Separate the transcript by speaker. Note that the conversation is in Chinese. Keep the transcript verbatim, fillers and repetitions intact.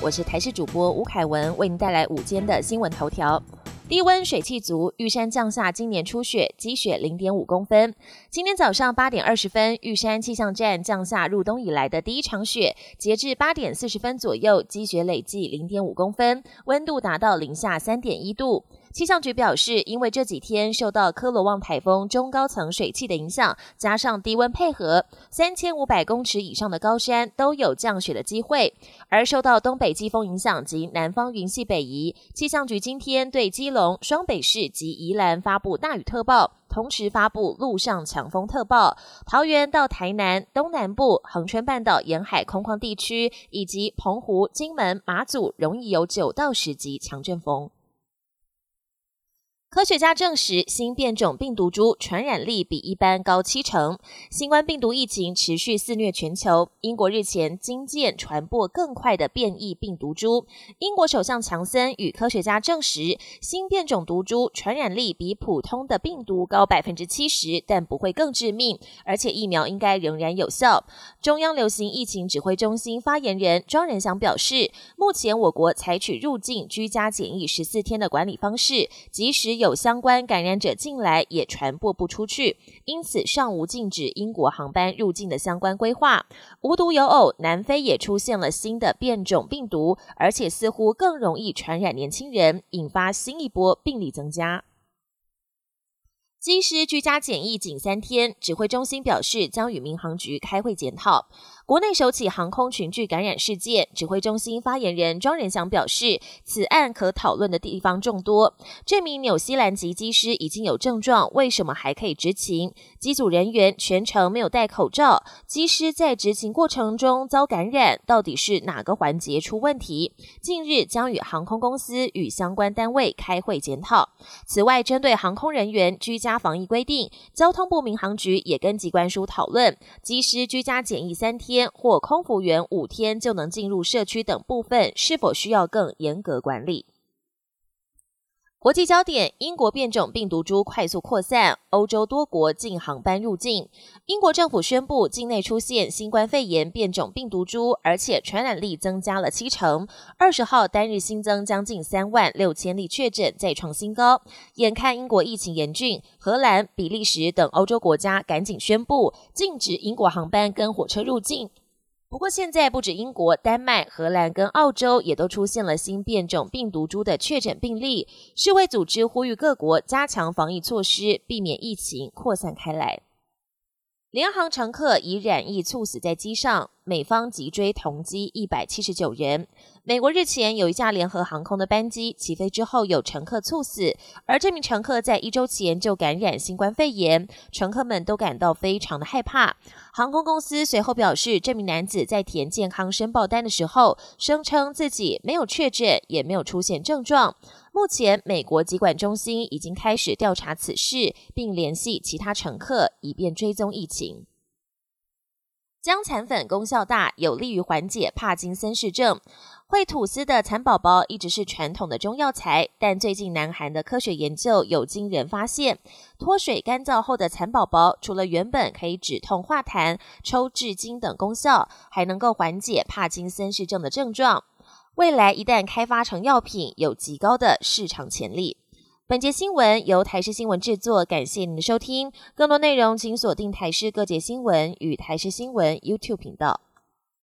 Speaker 1: 我是台视主播吴凯文，为您带来午间的新闻头条。低温水气足，玉山降下今年初雪，积雪 零点五公分。今天早上八点二十分，玉山气象站降下入冬以来的第一场雪，截至八点四十分左右，积雪累计 零点五公分，温度达到零下 三点一度。气象局表示，因为这几天受到科罗旺台风中高层水汽的影响，加上低温配合，三千五百公尺以上的高山都有降雪的机会。而受到东北季风影响及南方云系北移，气象局今天对基隆、双北市及宜兰发布大雨特报，同时发布陆上强风特报。桃园到台南、东南部、恒春半岛沿海空旷地区以及澎湖、金门、马祖容易有九到十级强阵风。科学家证实，新变种病毒株传染力比一般高七成。新冠病毒疫情持续肆虐全球，英国日前惊见传播更快的变异病毒株。英国首相强森与科学家证实，新变种毒株传染力比普通的病毒高 百分之七十， 但不会更致命，而且疫苗应该仍然有效。中央流行疫情指挥中心发言人庄仁祥表示，目前我国采取入境居家检疫十四天的管理方式，即使有有相关感染者进来也传播不出去，因此尚无禁止英国航班入境的相关规划。无独有偶，南非也出现了新的变种病毒，而且似乎更容易传染年轻人，引发新一波病例增加。机师居家检疫仅三天，指挥中心表示将与民航局开会检讨。国内首起航空群聚感染事件，指挥中心发言人庄仁祥表示，此案可讨论的地方众多。这名纽西兰籍机师已经有症状，为什么还可以执勤？机组人员全程没有戴口罩，机师在执勤过程中遭感染，到底是哪个环节出问题？近日将与航空公司与相关单位开会检讨。此外，针对航空人员居家防疫规定，交通部民航局也跟疾管署讨论，机师居家检疫三天或空服员五天就能进入社区等部分，是否需要更严格管理？国际焦点：英国变种病毒株快速扩散，欧洲多国禁航班入境。英国政府宣布，境内出现新冠肺炎变种病毒株，而且传染力增加了七成。二十号单日新增将近三万六千例确诊，再创新高。眼看英国疫情严峻，荷兰、比利时等欧洲国家赶紧宣布禁止英国航班跟火车入境。不过现在不止英国、丹麦、荷兰跟澳洲也都出现了新变种病毒株的确诊病例。世卫组织呼吁各国加强防疫措施，避免疫情扩散开来。联航乘客以染疫猝死在机上，美方急追同机一百七十九人。美国日前有一架联合航空的班机起飞之后有乘客猝死，而这名乘客在一周前就感染新冠肺炎，乘客们都感到非常的害怕。航空公司随后表示，这名男子在填健康申报单的时候，声称自己没有确诊，也没有出现症状。目前，美国疾管中心已经开始调查此事，并联系其他乘客，以便追踪疫情。姜蚕粉功效大，有利于缓解帕金森氏症。会吐丝的蚕宝宝一直是传统的中药材，但最近南韩的科学研究有惊人发现，脱水干燥后的蚕宝宝除了原本可以止痛化痰、抽治筋等功效，还能够缓解帕金森氏症的症状。未来一旦开发成药品，有极高的市场潜力。本节新闻由台视新闻制作，感谢您的收听。更多内容请锁定台视各节新闻与台视新闻 YouTube 频道。